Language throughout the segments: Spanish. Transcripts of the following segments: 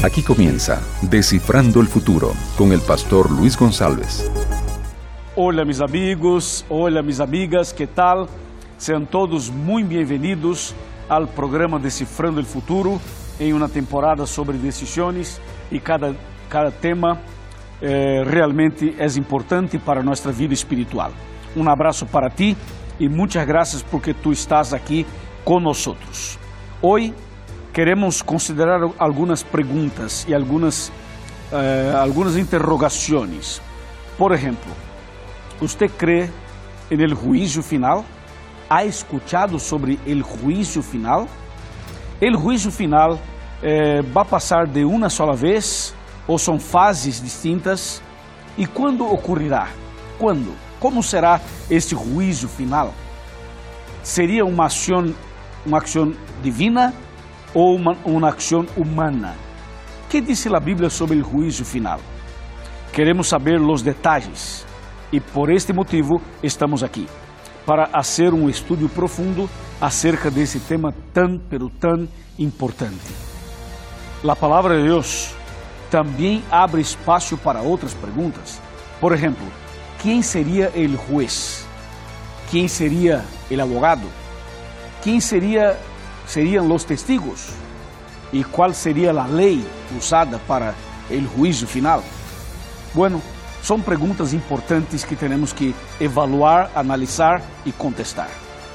Aquí comienza Descifrando el Futuro con el pastor Luis González. Hola mis amigos, hola mis amigas, ¿qué tal? Sean todos muy bienvenidos al programa Descifrando el Futuro en una temporada sobre decisiones y cada tema realmente es importante para nuestra vida espiritual. Un abrazo para ti y muchas gracias porque tú estás aquí con nosotros. Hoy queremos considerar algunas preguntas y algunas interrogaciones. Por ejemplo, ¿usted cree en el juicio final? ¿Ha escuchado sobre el juicio final? ¿El juicio final va a pasar de una sola vez o son fases distintas? ¿Y cuándo ocurrirá? ¿Cuándo? ¿Cómo será este juicio final? ¿Sería una acción divina o una acción humana? ¿Qué dice la Biblia sobre el juicio final? Queremos saber los detalles y por este motivo estamos aquí, para hacer un estudio profundo acerca de ese tema tan, pero tan importante. La palabra de Dios también abre espacio para otras preguntas. Por ejemplo, ¿quién sería el juez? ¿Quién sería el abogado? ¿Quién serían los testigos? ¿Y cuál sería la ley usada para el juicio final? Bueno, son preguntas importantes que tenemos que evaluar, analizar y contestar.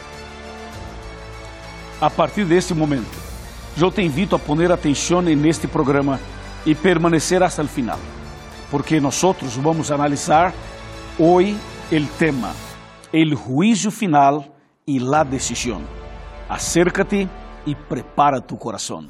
A partir de este momento, yo te invito a poner atención en este programa y permanecer hasta el final, porque nosotros vamos a analizar hoy el tema, el juicio final y la decisión. Acércate y prepara tu corazón.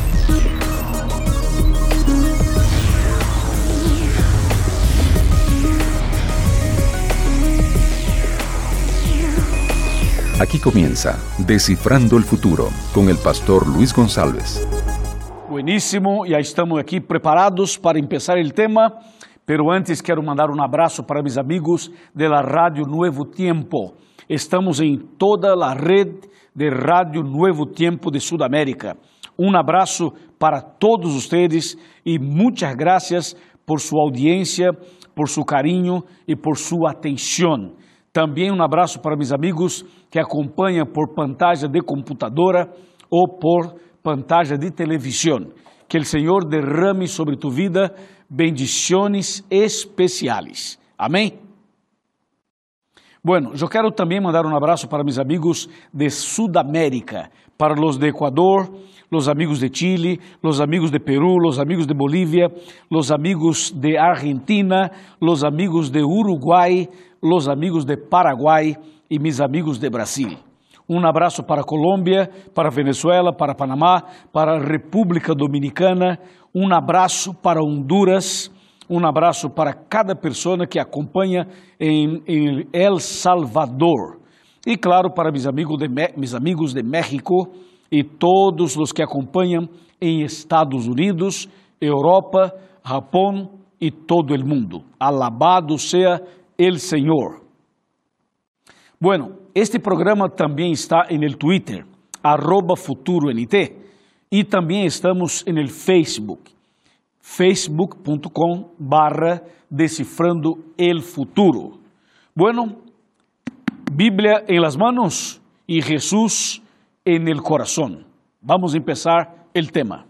Aquí comienza Descifrando el Futuro con el pastor Luis González. Buenísimo, ya estamos aquí preparados para empezar el tema, pero antes quiero mandar un abrazo para mis amigos de la Radio Nuevo Tiempo. Estamos en toda la red de Radio Nuevo Tiempo de Sudamérica. Un abrazo para todos ustedes y muchas gracias por su audiencia, por su cariño y por su atención. También un abrazo para mis amigos que acompanham por pantalla de computadora ou por pantalla de televisão. Que o Senhor derrame sobre tu vida bendições especiais. Amém? Bueno, eu quero também mandar um abraço para meus amigos de Sudamérica, para os de Equador, os amigos de Chile, os amigos de Perú, os amigos de Bolívia, os amigos de Argentina, os amigos de Uruguai, los amigos de Paraguay y mis amigos de Brasil. Un abrazo para Colombia, para Venezuela, para Panamá, para República Dominicana, un abrazo para Honduras, un abrazo para cada persona que acompaña en El Salvador. Y claro, para mis amigos de México y todos los que acompañan en Estados Unidos, Europa, Japón y todo el mundo. Alabado sea el Señor. Bueno, este programa también está en el Twitter, @FuturoNT, y también estamos en el Facebook, facebook.com/Descifrando el Futuro. Bueno, Biblia en las manos y Jesús en el corazón. Vamos a empezar el tema.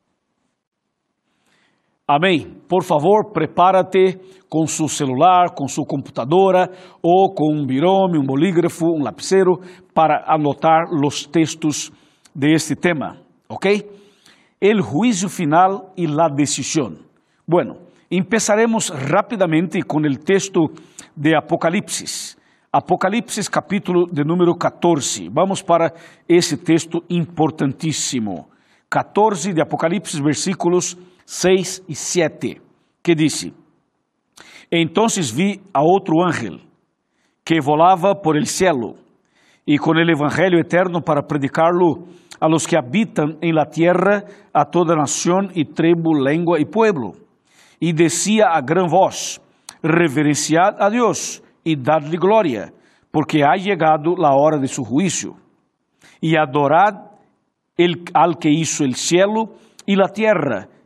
Amém. Por favor, prepárate com su celular, com su computadora ou com um birome, um bolígrafo, um lapicero para anotar los textos de este tema, ¿ok? El juicio final y la decisión. Bueno, empezaremos rápidamente con el texto de Apocalipsis. Apocalipsis capítulo de número 14. Vamos para esse texto importantíssimo. 14 de Apocalipsis, versículos 6 y 7, que dice: Entonces vi a otro ángel que volaba por el cielo y con el evangelio eterno para predicarlo a los que habitan en la tierra, a toda nación y tribu, lengua y pueblo. Y decía a gran voz: reverenciad a Dios y dadle gloria, porque ha llegado la hora de su juicio. Y adorad al que hizo el cielo y la tierra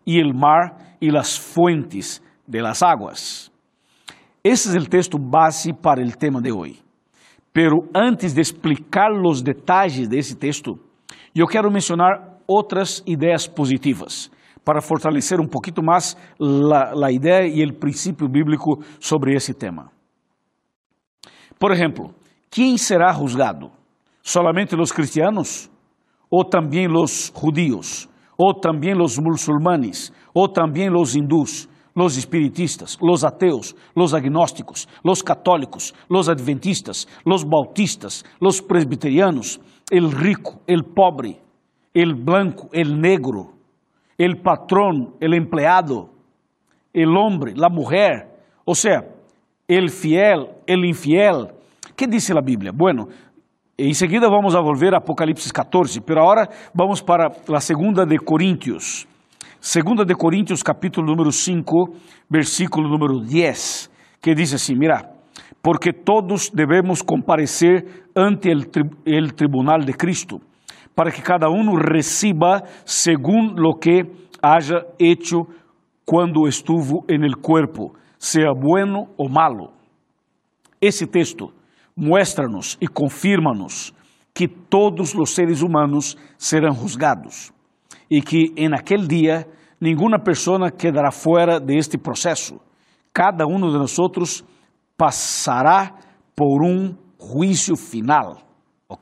y el mar y las fuentes de las aguas. Ese es el texto base para el tema de hoy. Pero antes de explicar los detalles de ese texto, yo quiero mencionar otras ideas positivas para fortalecer un poquito más la idea y el principio bíblico sobre ese tema. Por ejemplo, ¿quién será juzgado? ¿Solamente los cristianos? ¿O también los judíos? ¿O también los musulmanes? ¿O también los hindús? Los espiritistas, los ateos, los agnósticos, los católicos, los adventistas, los bautistas, los presbiterianos, el rico, el pobre, el blanco, el negro, el patrón, el empleado, el hombre, la mujer, o sea, el fiel, el infiel. ¿Qué dice la Biblia? Bueno, enseguida vamos a volver a Apocalipsis 14, pero ahora vamos para la segunda de Corintios. Segunda de Corintios, capítulo número 5, versículo número 10, que dice así, mira, porque todos debemos comparecer ante el tribunal de Cristo, para que cada uno reciba según lo que haya hecho cuando estuvo en el cuerpo, sea bueno o malo. Ese texto muéstranos y confirma-nos que todos los seres humanos serán juzgados y que en aquel día ninguna persona quedará fuera de este proceso. Cada uno de nosotros pasará por un juicio final, ¿ok?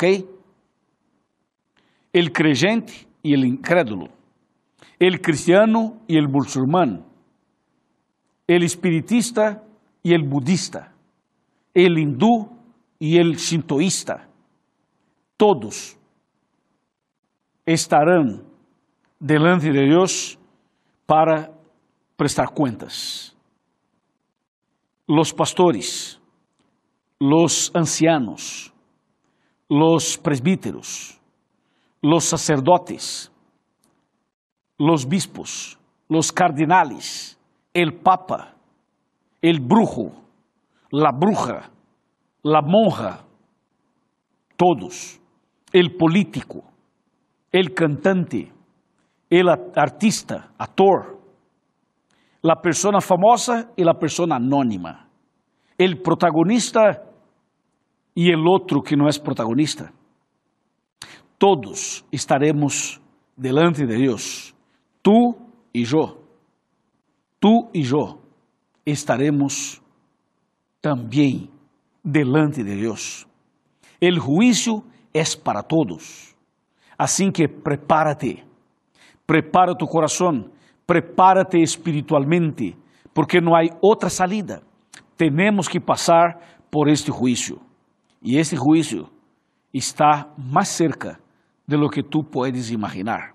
El creyente y el incrédulo, el cristiano y el musulmán, el espiritista y el budista, el hindú y el shintoísta, todos estarán delante de Dios para prestar cuentas. Los pastores, los ancianos, los presbíteros, los sacerdotes, los bispos, los cardenales, el papa, el brujo, la bruja, la monja, todos, el político, el cantante, el artista, actor, la persona famosa y la persona anónima, el protagonista y el otro que no es protagonista. Todos estaremos delante de Dios, tú y yo estaremos también delante de Dios. El juicio es para todos, así que prepárate. Prepara tu corazón, prepárate espiritualmente, porque no hay otra salida. Tenemos que pasar por este juicio. Y este juicio está más cerca de lo que tú puedes imaginar.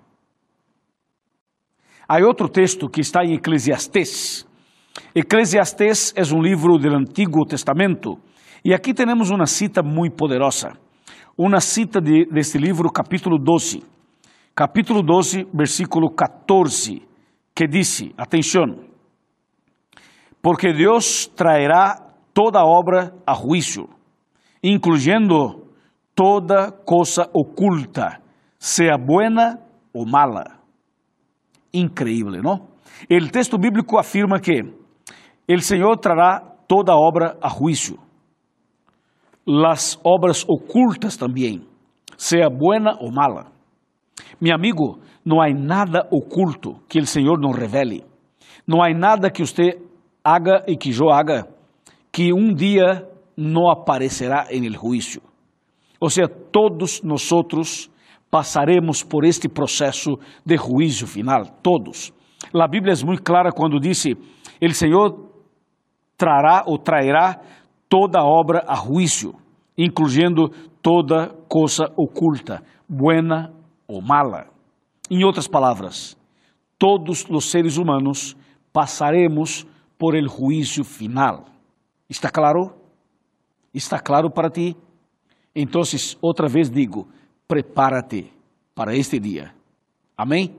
Hay otro texto que está en Eclesiastés. Eclesiastés es un libro del Antiguo Testamento. Y aquí tenemos una cita muy poderosa. Una cita de este libro, capítulo 12. Capítulo 12, versículo 14, que dice, atención, porque Dios traerá toda obra a juicio, incluyendo toda cosa oculta, sea buena o mala. Increíble, ¿no? El texto bíblico afirma que el Señor traerá toda obra a juicio, las obras ocultas también, sea buena o mala. Mi amigo, no hay nada oculto que el Señor nos revele. No hay nada que usted haga y que yo haga que un día no aparecerá en el juicio. O sea, todos nosotros pasaremos por este proceso de juicio final, todos. La Biblia es muy clara cuando dice, el Señor traerá toda obra a juicio, incluyendo toda cosa oculta, buena o mala. Em outras palavras, todos os seres humanos passaremos por el juízo final. ¿Está claro? ¿Está claro para ti? Então, outra vez digo, prepárate para este dia. Amém?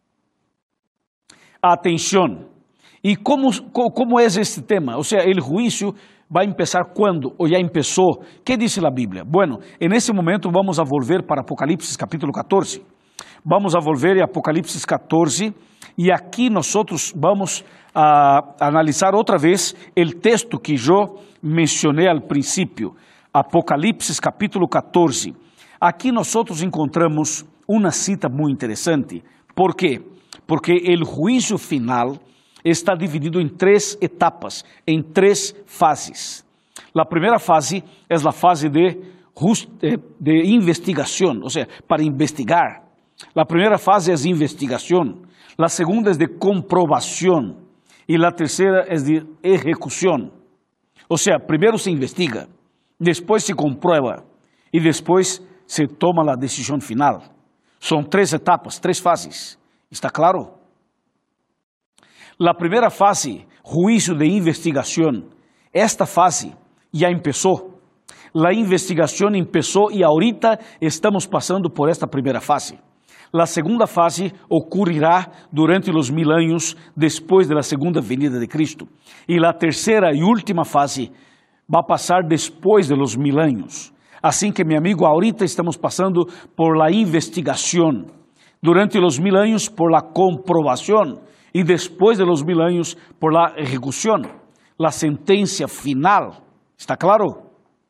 Atenção. E como é este tema? Ou seja, o juízo vai começar quando? Ou já começou? Que diz a Bíblia? Bueno, en esse momento vamos a volver para Apocalipse capítulo 14. Vamos a volver a Apocalipsis 14 y aquí nosotros vamos a analizar otra vez el texto que yo mencioné al principio. Apocalipsis capítulo 14. Aqui nós encontramos uma cita muito interessante. Por quê? Porque o juízo final está dividido em 3 etapas, em 3 fases. A primeira fase é a fase de investigação, ou seja, para investigar. A primeira fase é de investigação. A segunda é de comprovação. E a terceira é de execução. Ou seja, primeiro se investiga, depois se comprueba e depois se toma a decisão final. São 3 etapas, 3 fases. ¿Está claro? La primera fase, juicio de investigación. Esta fase ya empezó. La investigación empezó y ahorita estamos pasando por esta primera fase. La segunda fase ocurrirá durante los 1000 años después de la segunda venida de Cristo. Y la tercera y última fase va a pasar después de los 1000 años. Así que, mi amigo, ahorita estamos pasando por la investigación. Durante los 1000 años por la comprobación y después de los 1000 años por la ejecución, la sentencia final. ¿Está claro?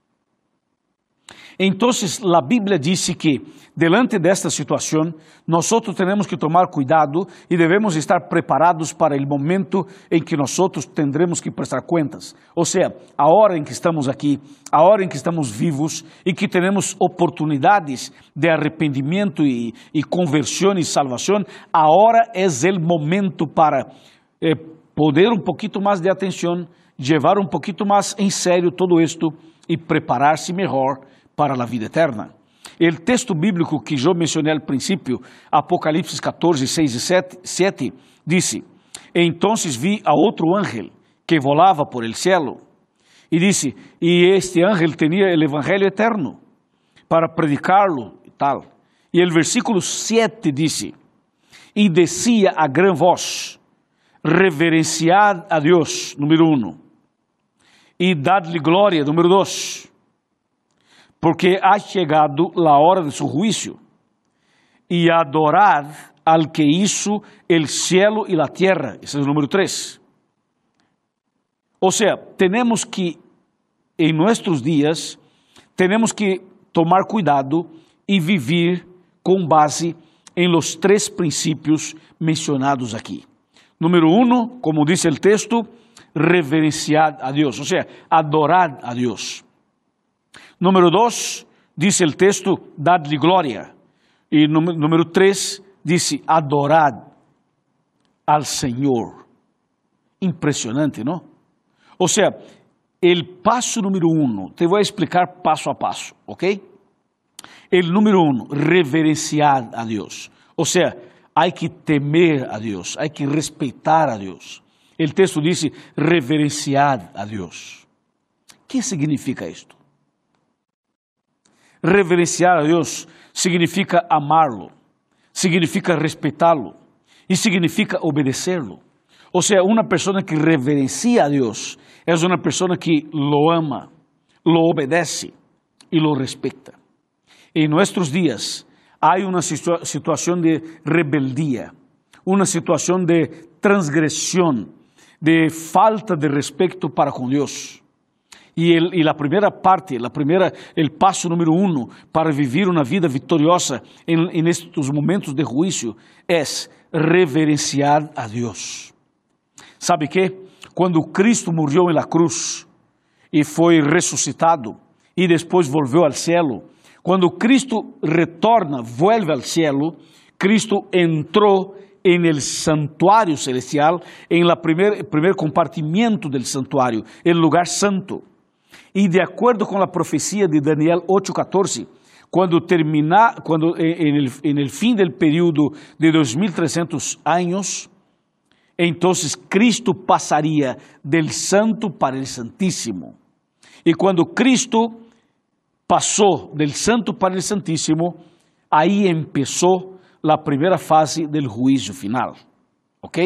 Entonces la Biblia dice que delante de esta situación nosotros tenemos que tomar cuidado y debemos estar preparados para el momento en que nosotros tendremos que prestar cuentas. O sea, ahora en que estamos aquí, ahora en que estamos vivos y que tenemos oportunidades de arrepentimiento y conversión y salvación, ahora es el momento para poner un poquito más de atención, llevar un poquito más en serio todo esto y prepararse mejor para a vida eterna. O texto bíblico que eu mencionei al princípio, Apocalipse 14, 6 e 7, disse: Entonces vi a outro ángel que volava por el cielo, e disse, e este ángel tinha o evangelho eterno para predicarlo e tal. E o versículo 7 disse, e decía a gran voz, reverenciad a Deus, número 1, e dadle glória, número 2, porque ha chegado a hora de su juicio, y adorad al que hizo el cielo y la tierra. Ese es el número 3. O sea, tenemos que, en nuestros días, tenemos que tomar cuidado y vivir con base en los 3 principios mencionados aquí. Número 1, como dice el texto, reverenciad a Dios, o sea, adorad a Dios. Número 2, dice el texto, dadle gloria. Y número 3, dice, adorad al Señor. Impresionante, ¿no? O sea, el paso número 1, te voy a explicar paso a paso, ¿ok? El número 1, reverenciar a Dios. O sea, hay que temer a Dios, hay que respetar a Dios. El texto dice, reverenciar a Dios. ¿Qué significa esto? Reverenciar a Deus significa amá-lo, significa respeitá-lo e significa obedecê-lo. Ou seja, uma pessoa que reverencia a Deus é uma pessoa que lo ama, lo obedece e lo respeita. Em nossos dias há uma situação de rebeldia, uma situação de transgressão, de falta de respeito para com Deus. E a primeira parte, o passo número 1 para viver uma vida vitoriosa em estes momentos de juízo é reverenciar a Deus. ¿Sabe qué? Quando Cristo morreu na cruz e foi ressuscitado e depois volveu ao cielo, quando Cristo retorna, vuelve ao cielo, Cristo entrou en el santuário celestial, en el primer compartimento del santuário, el lugar santo. E de acordo com a profecia de Daniel 8:14, quando en el fin del período de 2300 años, entonces Cristo pasaría del santo para el santísimo. Y cuando Cristo pasó del santo para el santísimo, ahí empezó la primera fase del juicio final. ¿Ok?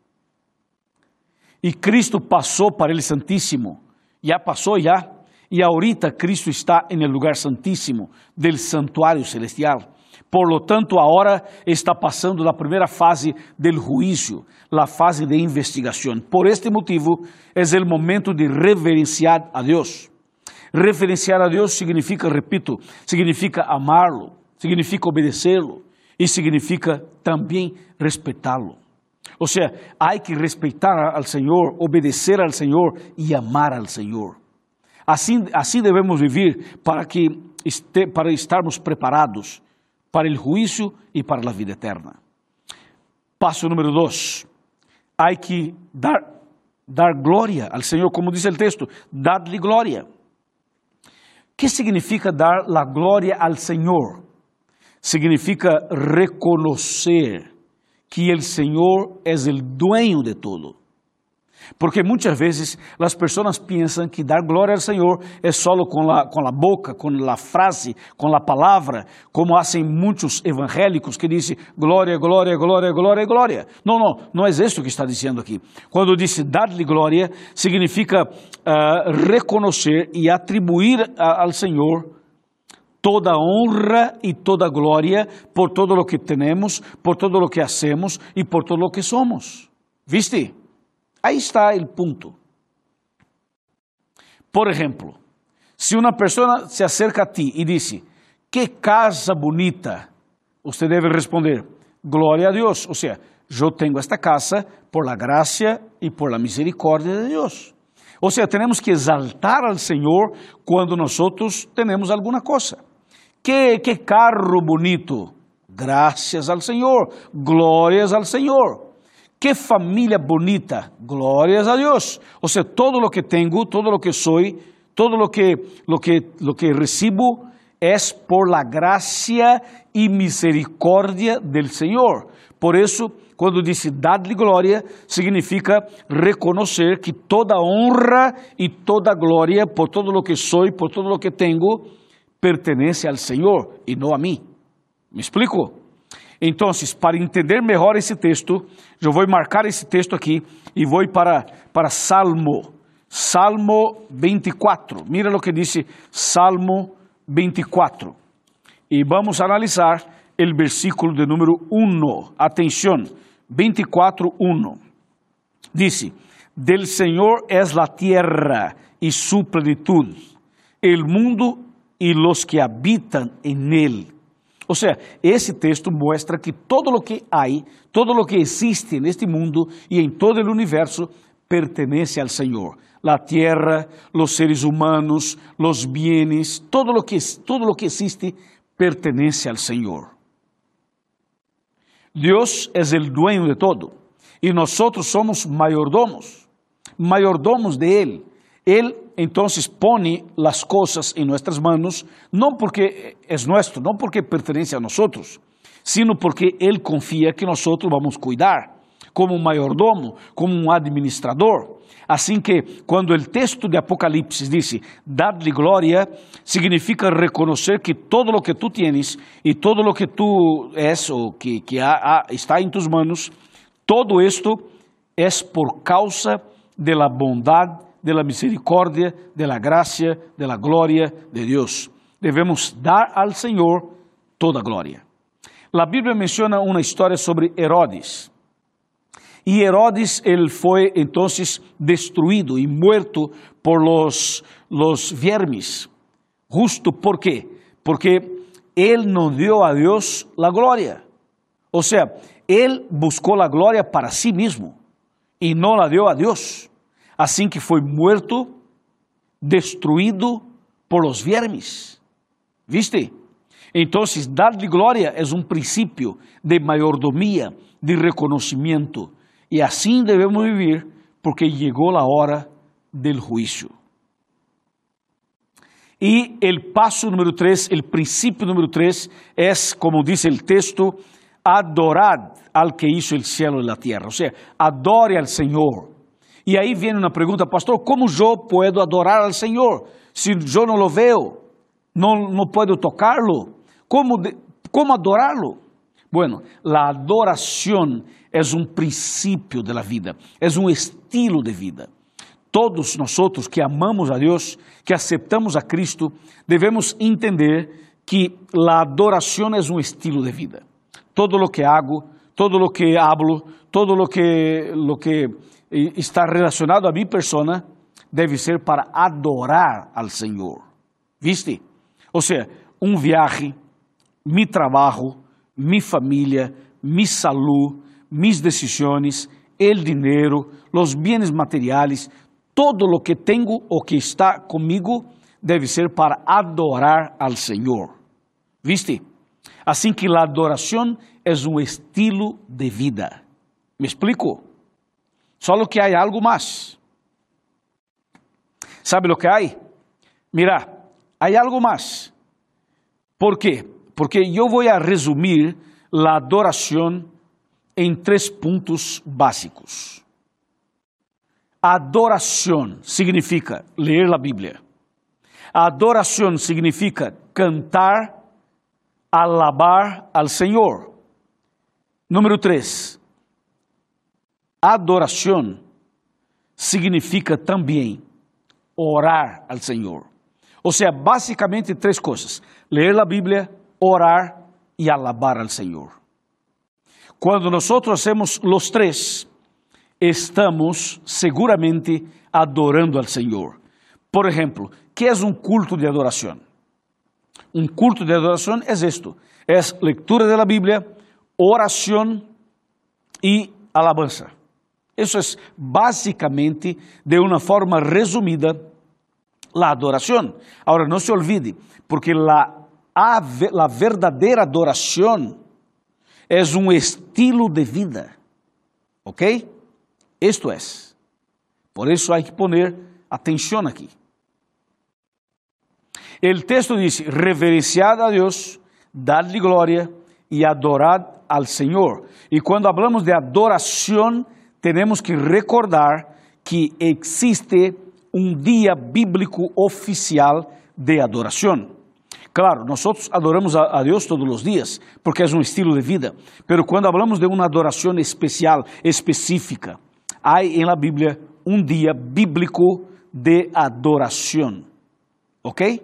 Y Cristo pasó para el santísimo. Ya pasó ya. Y ahorita Cristo está en el lugar santísimo del santuario celestial. Por lo tanto, ahora está pasando la primera fase del juicio, la fase de investigación. Por este motivo, es el momento de reverenciar a Dios. Reverenciar a Dios significa, repito, significa amarlo, significa obedecerlo y significa también respetarlo. O sea, hay que respetar al Señor, obedecer al Señor y amar al Señor. Así debemos vivir para estarmos preparados para el juicio y para la vida eterna. Paso número 2. Hay que dar gloria al Señor, como dice el texto, dadle gloria. ¿Qué significa dar la gloria al Señor? Significa reconocer que el Señor es el dueño de todo. Porque muchas veces las personas piensan que dar gloria al Señor es solo con la boca, con la frase, con la palabra, como hacen muchos evangélicos que dicen gloria, gloria, gloria, gloria, gloria. No es eso que está diciendo aquí. Cuando dice darle gloria, significa reconocer y atribuir al Señor toda honra y toda gloria por todo lo que tenemos, por todo lo que hacemos y por todo lo que somos. ¿Viste? Ahí está el punto. Por ejemplo, si una persona se acerca a ti y dice, ¡qué casa bonita! Usted debe responder, gloria a Dios. O sea, yo tengo esta casa por la gracia y por la misericordia de Dios. O sea, tenemos que exaltar al Señor cuando nosotros tenemos alguna cosa. ¡Qué carro bonito! Gracias al Señor, glorias al Señor. ¡Qué familia bonita! Glorias a Dios. O sea, todo lo que tengo, todo lo que soy, todo lo que recibo es por la gracia y misericordia del Señor. Por eso, cuando dice dadle gloria, significa reconocer que toda honra y toda gloria por todo lo que soy, por todo lo que tengo, pertenece al Señor y no a mí. ¿Me explico? Entonces, para entender mejor esse texto, eu vou marcar esse texto aqui e vou para Salmo 24. Mira o que diz Salmo 24. E vamos analisar o versículo de número 1. Atenção, 24, 1. Dice, del Señor es la tierra y su plenitud, el mundo y los que habitan en él. O sea, esse texto muestra que todo lo que hay, todo lo que existe en este mundo y en todo el universo pertenece al Señor. La tierra, los seres humanos, los bienes, todo lo que existe pertenece al Señor. Dios es el dueño de todo y nosotros somos mayordomos de Él. Él entonces pone las cosas en nuestras manos, no porque es nuestro, no porque pertenece a nosotros, sino porque Él confía que nosotros vamos a cuidar, como un mayordomo, como un administrador. Así que cuando el texto de Apocalipsis dice, dadle gloria, significa reconocer que todo lo que tú tienes y todo lo que tú es o que está en tus manos, todo esto es por causa de la bondad, de la misericordia, de la gracia, de la gloria de Dios. Debemos dar al Señor toda gloria. La Biblia menciona una historia sobre Herodes. Y Herodes, él fue entonces destruido y muerto por los viermes. ¿Justo por qué? Porque él no dio a Dios la gloria. O sea, él buscó la gloria para sí mismo y no la dio a Dios. Así que fue muerto, destruido por los viermes. ¿Viste? Entonces, darle gloria es un principio de mayordomía, de reconocimiento. Y así debemos vivir porque llegó la hora del juicio. Y el paso número 3, el principio número 3 es, como dice el texto, adorad al que hizo el cielo y la tierra. O sea, adore al Señor. Y ahí viene una pregunta, pastor, ¿cómo yo puedo adorar al Señor? Si yo no lo veo, no puedo tocarlo, ¿cómo adorarlo? Bueno, la adoración es un principio de la vida, es un estilo de vida. Todos nosotros que amamos a Dios, que aceptamos a Cristo, debemos entender que a adoração é um estilo de vida. Todo lo que hago, todo lo que hablo, todo lo que está relacionado a mi persona deve ser para adorar al Senhor. ¿Viste? Ou seja, viaje, mi trabalho, mi família, mi salud, mis decisiones, el dinero, los bienes materiales, todo lo que tengo o que está comigo deve ser para adorar al Senhor. ¿Viste? Assim que a adoração é um estilo de vida. ¿Me explico? Só que há algo mais. ¿Sabe lo que há? Mira, há algo mais. ¿Por quê? Porque eu vou resumir a adoração em 3 pontos básicos. Adoração significa ler a Bíblia. Adoração significa cantar, alabar al Senhor. Número 3. Adoração significa também orar al Senhor. Ou seja, basicamente 3 coisas: ler a Bíblia, orar e alabar al Senhor. Quando nós hacemos os 3, estamos seguramente adorando al Senhor. Por exemplo, ¿qué é um culto de adoração? Um culto de adoração é isto: é leitura da Bíblia, oração e alabança. Isso é basicamente, de uma forma resumida, a adoração. Agora, não se olvide, porque a verdadeira adoração é um estilo de vida. ¿Ok? Isto é. Por isso há que poner atenção aqui. O texto diz: reverenciad a Deus, dadle glória e adorad al Senhor. E quando hablamos de adoração, temos que recordar que existe dia bíblico oficial de adoração. Claro, nós adoramos a Deus todos os dias, porque é um estilo de vida. Pero quando hablamos de uma adoração especial, específica, há na Bíblia dia bíblico de adoração. ¿Ok?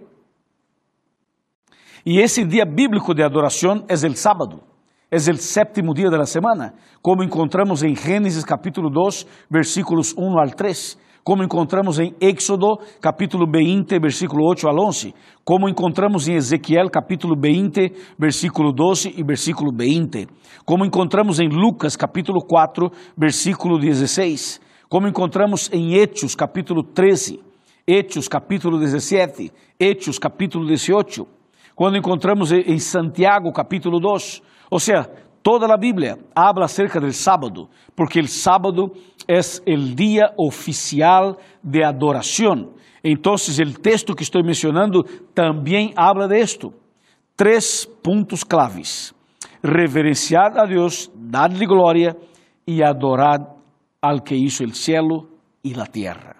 E esse dia bíblico de adoração é o sábado, é o 7º dia da semana, como encontramos em Gênesis capítulo 2, versículos 1 al 3, como encontramos em Éxodo capítulo 20, versículo 8 al 11, como encontramos em Ezequiel capítulo 20, versículo 12 e versículo 20, como encontramos em Lucas capítulo 4, versículo 16, como encontramos em Hechos capítulo 13, Hechos capítulo 17, Hechos capítulo 18, quando encontramos em Santiago capítulo 2, ou seja, toda a Bíblia habla acerca do sábado, porque o sábado é o dia oficial de adoração. Então, o texto que estou mencionando também habla de esto. 3 pontos claves: reverenciar a Deus, dar-lhe glória e adorar al que hizo el cielo e a terra.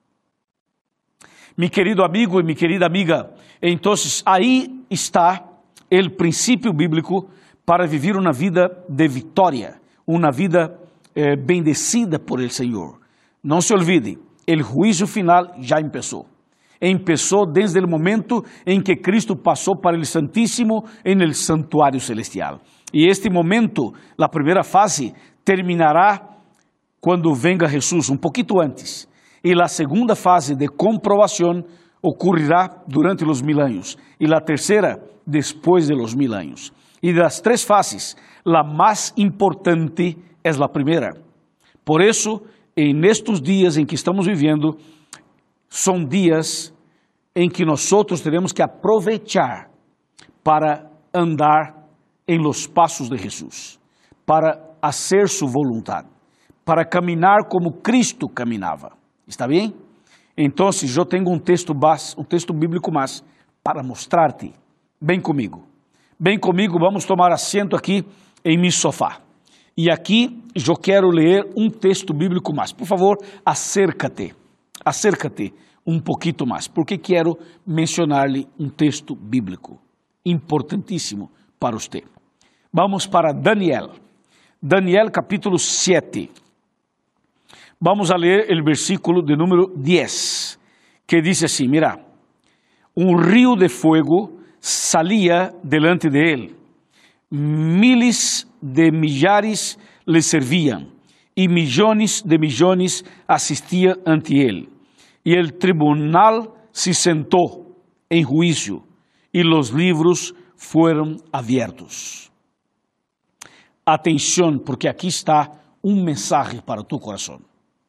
Mi querido amigo e mi querida amiga, então aí está o princípio bíblico para viver uma vida de vitória, uma vida bendecida por el Senhor. Não se olvide, o juízo final já começou. Começou desde o momento em que Cristo passou para o Santíssimo em el santuário celestial. E este momento, a primeira fase, terminará quando venga Jesus, um pouquinho antes. E a segunda fase de comprovação ocorrerá durante os 1000 anos. E a terceira, depois de los 1000 anos. E das 3 fases, a mais importante é a primeira. Por isso, em estes dias em que estamos vivendo, são dias em que nós teremos que aproveitar para andar em los passos de Jesus, para fazer sua vontade, para caminhar como Cristo caminhava. ¿Está bem? Então, eu tenho um texto bíblico mais para mostrar-te. Vem comigo. Vem comigo, vamos tomar assento aqui em meu sofá. E aqui eu quero ler um texto bíblico mais. Por favor, acércate um pouquinho mais, porque quero mencionar-lhe um texto bíblico importantíssimo para você. Vamos para Daniel. Daniel capítulo 7. Vamos a ler o versículo de número 10, que diz assim: mira, um rio de fogo salía delante de él. Miles de millares le servían y millones de millones asistían ante él. Y el tribunal se sentó en juicio y los libros fueron abiertos. Atención, porque aquí está un mensaje para tu corazón.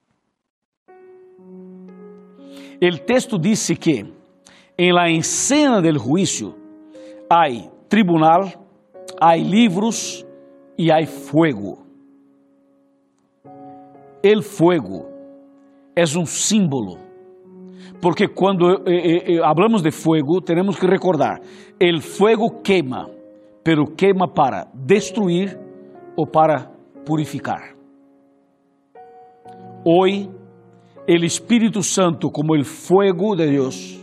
El texto dice que en la escena del juicio hay tribunal, hay libros y hay fuego. El fuego es un símbolo, porque cuando hablamos de fuego tenemos que recordar, el fuego quema, pero quema para destruir o para purificar. Hoy, el Espíritu Santo, como el fuego de Dios,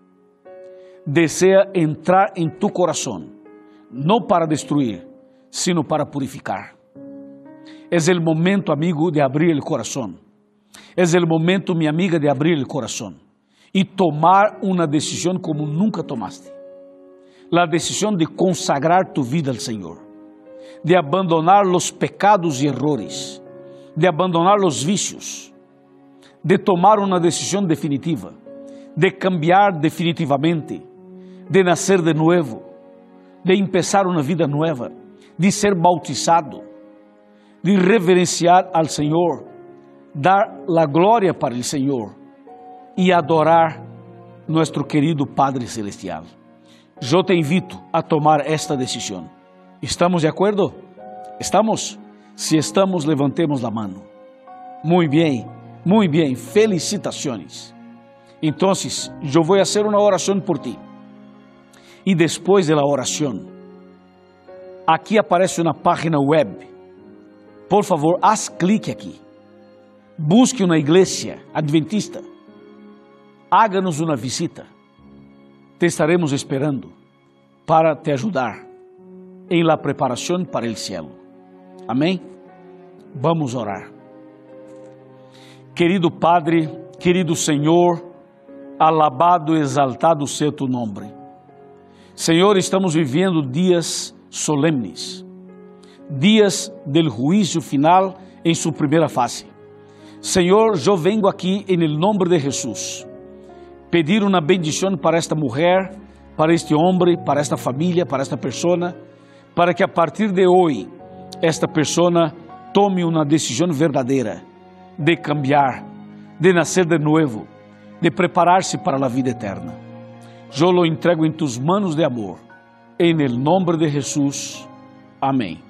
desea entrar en tu corazón, no para destruir, sino para purificar. Es el momento, amigo, de abrir el corazón. Es el momento, mi amiga, de abrir el corazón y tomar una decisión como nunca tomaste. La decisión de consagrar tu vida al Señor, de abandonar los pecados y errores, de abandonar los vicios, de tomar una decisión definitiva, de cambiar definitivamente, de nacer de nuevo, de empezar una vida nueva, de ser bautizado, de reverenciar al Señor, dar la gloria para el Señor y adorar nuestro querido Padre Celestial. Yo te invito a tomar esta decisión. ¿Estamos de acuerdo? ¿Estamos? Si estamos, levantemos la mano. Muy bien, felicitaciones. Entonces, yo voy a hacer una oración por ti. Y después de la oración, aquí aparece una página web. Por favor, haz clic aquí. Busque una iglesia adventista. Háganos una visita. Te estaremos esperando para te ayudar en la preparación para el cielo. Amén. Vamos a orar. Querido Padre, querido Senhor, alabado e exaltado seja tu nome. Senhor, estamos vivendo dias solemnes, dias del juízo final em sua primeira fase. Senhor, eu vengo aqui em nome de Jesus, pedir uma bendição para esta mulher, para este homem, para esta família, para esta pessoa, para que a partir de hoje, esta pessoa tome uma decisão verdadeira de cambiar, de nascer de novo, de preparar-se para a vida eterna. Eu lo entrego em tus manos de amor, em nome de Jesus. Amém.